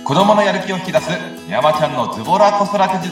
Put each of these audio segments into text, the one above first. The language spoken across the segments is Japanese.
子供のやる気を引き出す山ちゃんのズボラ子育て術。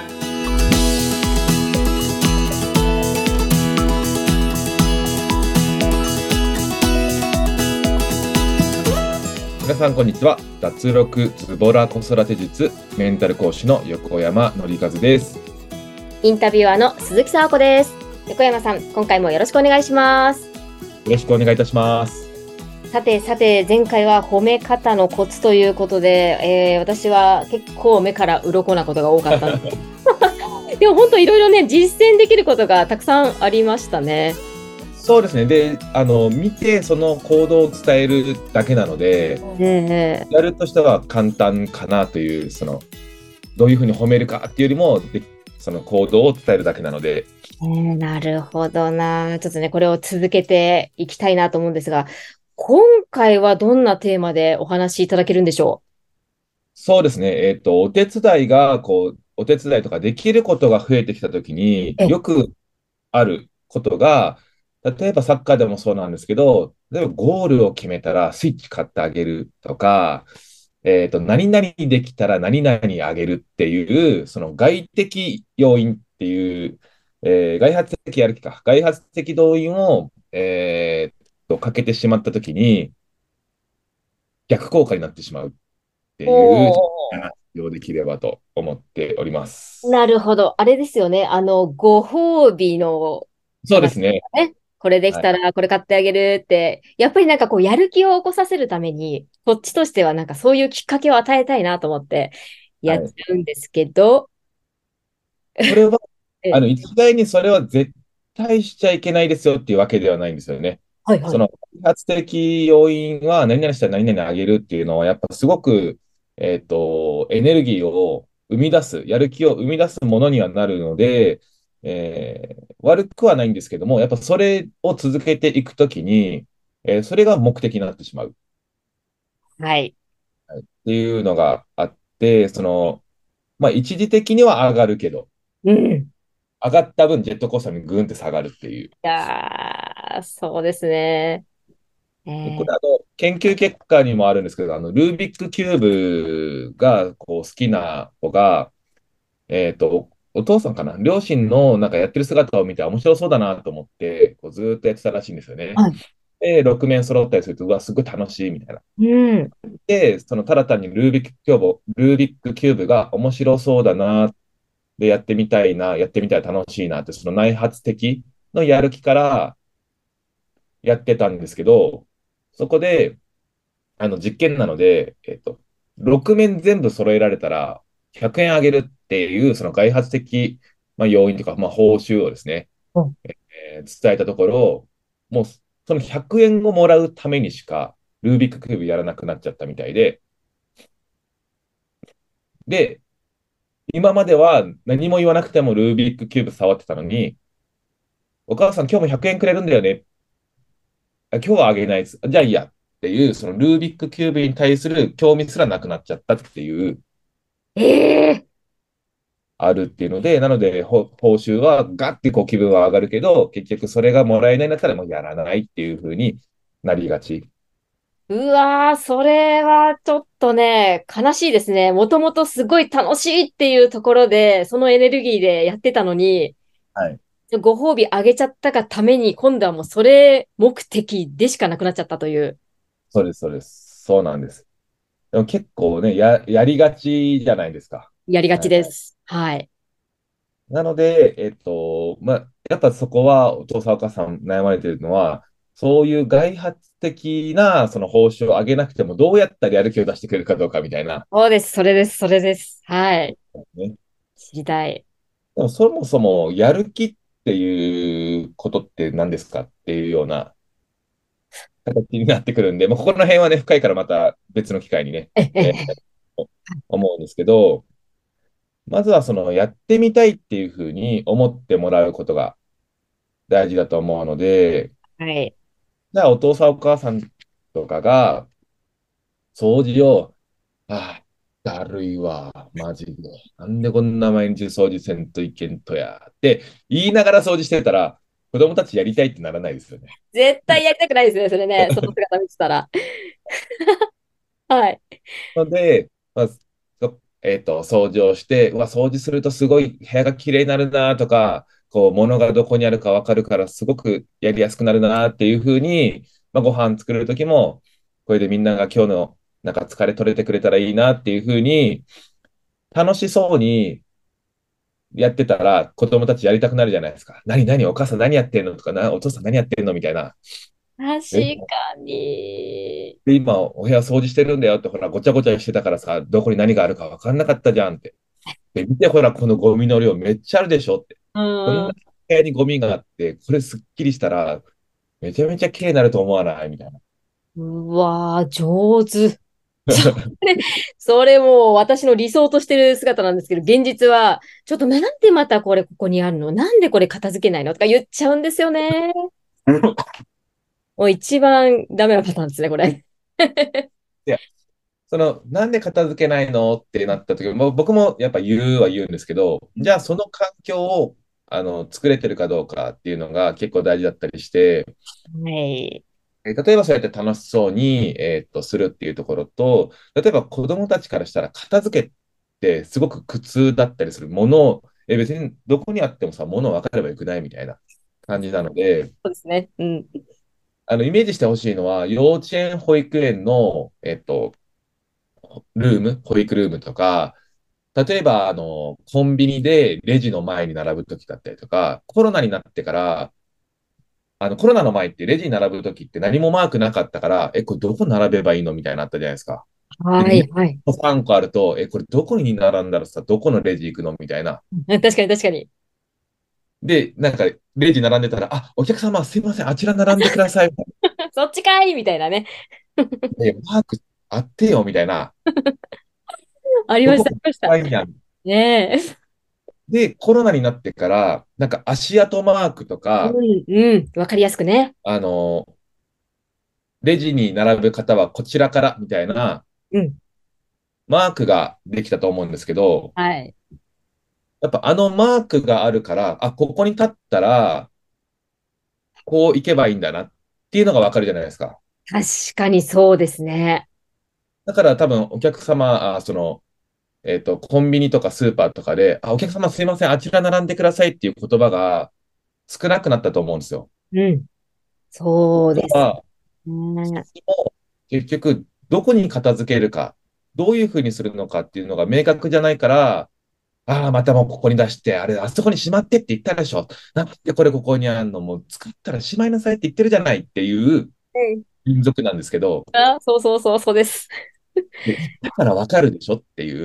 皆さんこんにちは。脱力ズボラ子育て術メンタル講師の横山典和です。 インタビュアーの鈴木佐和子です。横山さん、今回もよろしくお願いします。 よろしくお願いいたします。 さて前回は褒め方のコツということで、私は結構目から鱗なことが多かったんですでも本当いろいろね、実践できることがたくさんありましたね。 そうですね。で、見てその行動を伝えるだけなので、やるとしては簡単かなという、どういうふうに褒めるかっていうよりも、その行動を伝えるだけなので。 なるほどな。ちょっとね、これを続けていきたいなと思うんですが、今回はどんなテーマでお話しいただけるんでしょう？ そうですね。お手伝いが、お手伝いとかできることが増えてきたときに、よくあることが、例えばサッカーでもそうなんですけど、例えばゴールを決めたらスイッチ買ってあげるとか、何々できたら何々あげるっていう、その外的要因っていう、外発的やる気か、外発的動員を、かけてしまったときに、逆効果になってしまうっていう話をできればと思っております。 なるほど。あれですよね。ご褒美の話そうですね。 ね。これできはい。 たらこれ買ってあげるって、やっぱりなんかこう、やる気を起こさせるために、こっちとしてはなんかそういうきっかけを与えたいなと思ってやっちはい。 ゃうんですけど、 それは、 え、 一概にそれは絶対しちゃいけないですよっていうわけではないんですよね。 はいはい。 その、開発的要因は何々したら何々あげるっていうのは、やっぱすごく、エネルギーを生み出す、やる気を生み出すものにはなるので、悪くはないんですけども、やっぱそれを続けていくときに、それが目的になってしまう。 はい。 はい、っていうのがあって、まあ、一時的には上がるけど、 うん。 上がった分、ジェットコースターにグーンって下がるっていう。 いやー、そうですね。 でこれ、研究結果にもあるんですけど、ルービックキューブが好きな子が、お父さんかな、両親のなんかやってる姿を見て面白そうだなと思って、ずーっとやってたらしいんですよね。 はい。 で、6面揃ったりすると、うわ、すごい楽しいみたいな。 うん。 で、ただ単にルービックキューブが面白そうだな、で、やってみたいな、やってみたい楽しいなって、その内発的のやる気からやってたんですけど、そこで、実験なので、6面全部揃えられたら、100円あげるっていう、その外発的、まあ、要因というか、まあ、報酬をですね、伝えたところ、もう、その100円をもらうためにしか、ルービックキューブやらなくなっちゃったみたいで、今までは何も言わなくてもルービックキューブ触ってたのに、お母さん今日も100円くえんくれるんだよね。今日はあげないです。じゃあいいやっていう、そのルービックキューブに対する興味すらなくなっちゃったっていう、 ええあるっていうので、なので、報酬はガッて気分は上がるけど、結局それがもらえないんだったらもうやらないっていう風になりがち。 うわー、それはちょっとね、悲しいですね。もともとすごい楽しいっていうところで、そのエネルギーでやってたのに、 はい。 ご褒美あげちゃったがために、今度はもうそれ目的でしかなくなっちゃったという。 そうです、そうです。そうなんです。でも結構ね、やりがちじゃないですか。 やりがはい。 ちです。はい。 なので、まあ、やっぱそこはお父さんお母さん悩まれてるのは、そういう外発的なその報酬を上げなくても、どうやったらやる気を出してくれるかどうかみたいな。 そうです。それです。それです。はい。 ね。 知りたい。 でもそもそもやる気っていうことって何ですかっていうような形になってくるんで、まあ、ここら辺はね、深いからまた別の機会にね、 え、え、 ええ思うんですけど、まずはそのやってみたいっていうふうに思ってもらうことが大事だと思うので、 はい。 じゃあお父さんお母さんとかが掃除を、ああ、だるいわ、マジで。なんでこんな毎日掃除せんといけんとやって言いながら掃除してたら、子供たちやりたいってならないですよね。 絶対やりたくないですね。それね。その姿見てたら。はい。 ので、 まあ、掃除をして、掃除するとすごい部屋が綺麗になるなとか、こう、物がどこにあるかわかるから、すごくやりやすくなるなっていうふうに、ご飯作るときも、これでみんなが今日のなんか疲れ取れてくれたらいいなっていうふうに、楽しそうにやってたら、子供たちやりたくなるじゃないですか。何お母さん何やってんのとかお父さん何やってんのみたいな。 確で、 かに。 今お部屋掃除してるんだよって、ほら、ごちゃごちゃしてたからさ、どこに何があるか分かんなかったじゃんって。で、見てほら、このゴミの量めっちゃあるでしょって。こんなうん。 部屋にゴミがあって、これすっきりしたら、めちゃめちゃ綺麗になると思わないみたいな。 うわー、上手。それ、それもう私の理想としてる姿なんですけど、現実は、ちょっとなんでまたこれここにあるの、なんでこれ片付けないのとか言っちゃうんですよね。もう一番ダメなパターンですね、これ。 で、なんで片付けないのってなった時も、僕もやっぱ言うんですけど、じゃあその環境を、作れてるかどうかっていうのが結構大事だったりして、 はい。 例えばそうやって楽しそうに、するっていうところと、例えば子供たちからしたら片付けってすごく苦痛だったりするものを、別にどこにあってもさ、もの分かればよくないみたいな感じなので、 そうですね。うん。 イメージしてほしいのは、幼稚園、保育園の、保育ルームとか、例えば、コンビニでレジの前に並ぶときだったりとか、コロナになってから、コロナの前ってレジに並ぶときって何もマークなかったから、これどこ並べばいいのみたいになったじゃないですか。で、 はい、はい。 3個あると、これどこに並んだらさ、どこのレジ行くのみたいな。 確かに、確かに。 で、なんか、レジ並んでたら、お客様、すいません、あちら並んでください。 そっちかいみたいなね。 マークあってよ、みたいな。 ありました、あどこりました。 がいいんやん。 ねえ。 で、コロナになってから、なんか足跡マークとか、 うん、うん。わかりやすくね。 あの、レジに並ぶ方はこちらからみたいなうん。 マークができたと思うんですけど、 はい。 やっぱあのマークがあるから、ここに立ったら、こう行けばいいんだなっていうのがわかるじゃないですか。 確かにそうですね。 だから多分お客様、コンビニとかスーパーとかで、お客様すいません、あちら並んでくださいっていう言葉が少なくなったと思うんですよ。 うん。そうです要は、 ね。 結局、どこに片付けるか、どういうふうにするのかっていうのが明確じゃないから、またもうここに出して、あそこにしまってって言ったでしょ。なんでこれここにあんのもう作ったらしまいなさいって言ってるじゃないっていううん。 民族なんですけど、 あ、そうそうそう、そうです。 で言ったからわかるでしょっていう。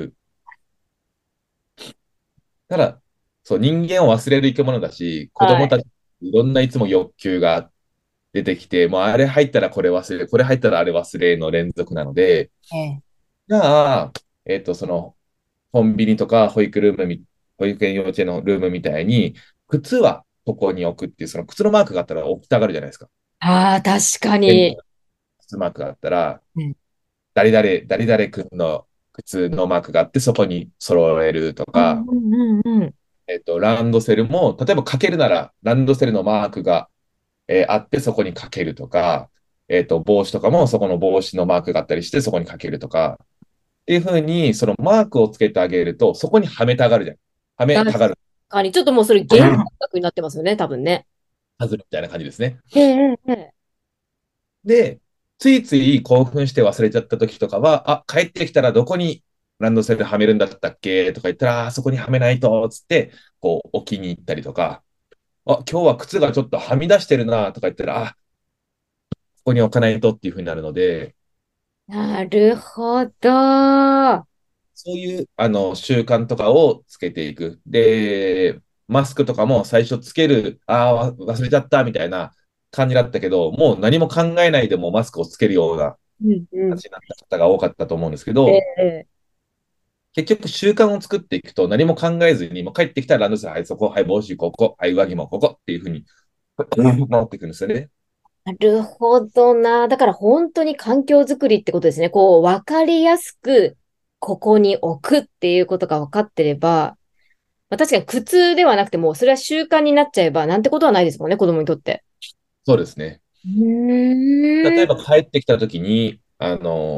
ただ、そう、人間を忘れる生き物だし、子はい。 供たち、いろんないつも欲求が出てきて、もうあれ入ったらこれ忘れ、これ入ったらあれ忘れの連続なので、 ええ。 じゃあ、コンビニとか保育園幼稚園のルームみたいに、靴はここに置くっていう、その靴のマークがあったら置きたがるじゃないですか。 ああ、確かに。 変な靴マークがあったら、 うん。 誰々君の靴のマークがあって、そこに揃えるとか、 うんうんうんうん。 ランドセルも、例えばかけるなら、ランドセルのマークが、あって、そこにかけるとか、帽子とかも、そこの帽子のマークがあったりして、そこにかけるとか、っていうふうに、そのマークをつけてあげると、そこにはめたがるじゃん。はめ確たがるかに。ちょっともうそれゲーム感覚になってますよね、多分ね。 はずみたいな感じですね。 ええ、ええ。 で、ついつい興奮して忘れちゃった時とかは、帰ってきたらどこにランドセルはめるんだったっけとか言ったら、そこにはめないと、つって、こう、置きに行ったりとか、今日は靴がちょっとはみ出してるな、とか言ったら、ここに置かないとっていうふうになるので、 なるほど。はそういう、習慣とかをつけていく。で、マスクとかも最初つける、忘れちゃった、みたいな感じだったけど、もう何も考えないでもマスクをつけるようなうんうん。 形になった方が多かったと思うんですけえど、 え。 結局習慣を作っていくと何も考えずに、もう帰ってきたらランドセル、はい、そこ、はい、帽子ここ、はい、上着もここっていうふうになっていくんですよね。 なるほどな。だから本当に環境づくりってことですね。こう、わかりやすく、ここに置くっていうことが分かってれば、まあ、確かに苦痛ではなくても、それは習慣になっちゃえば、なんてことはないですもんね、子供にとって。 そうですね。 うーん。 例えば帰ってきたときに、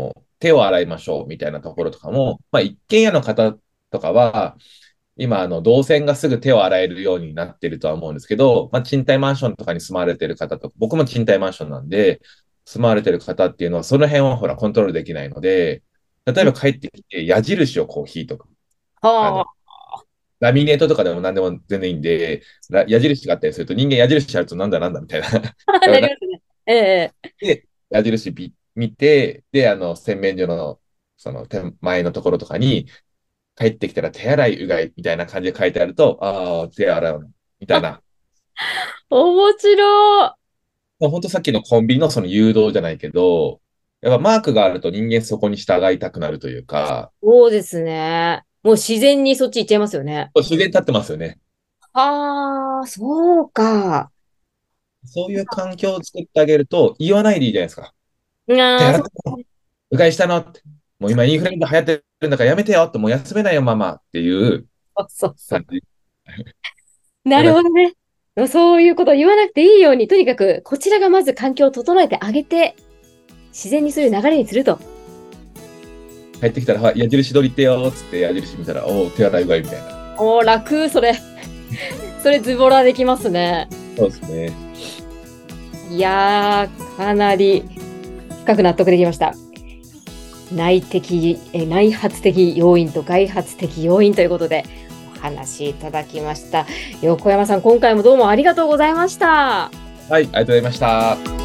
手を洗いましょうみたいなところとかも、まあ、一軒家の方とかは、今、動線がすぐ手を洗えるようになってるとは思うんですけど、まあ、賃貸マンションとかに住まわれてる方とか、僕も賃貸マンションなんで、住まわれてる方っていうのは、その辺はほら、コントロールできないので、例えば帰ってきて、矢印をこう引いとく。あの、 はラミネートとかでも何でも全然いいんで、矢印があったりすると、人間矢印あるとなんだなんだみたいな。 あ、なりますね。ええ。 で、矢印見て、で、洗面所の、その手前のところとかに、帰ってきたら手洗い、うがいみたいな感じで書いてあると、ああ、手洗うの、みたいな。 面白い。 本当さっきのコンビニのその誘導じゃないけど、やっぱマークがあると人間そこに従いたくなるというか、 そうですね。もう自然にそっち行っちゃいますよね。 自然に立ってますよね。 ああ、そうか。 そういう環境を作ってあげると、言わないでいいじゃないですか。手ああ、 洗ったの、うがいしたのって。もう今インフルエンザ流行ってるんだからやめてよって、もう休めないよ、ママっていうそうそう。 感じ。 なじゃなくるほどね。そういうことを言わなくていいように、とにかくこちらがまず環境を整えてあげて、自然にそういう流れにすると。 帰ってきたら、はい、矢印取りってよっつって矢印見たら、おお、手洗いうがいみたいな。 おー、楽、それ。それズボラできますね。 そうですね。 いやー、かなり深く納得できました。内発的要因と外発的要因ということでお話しいただきました。横山さん、今回もどうもありがとうございました。 はい、ありがとうございました。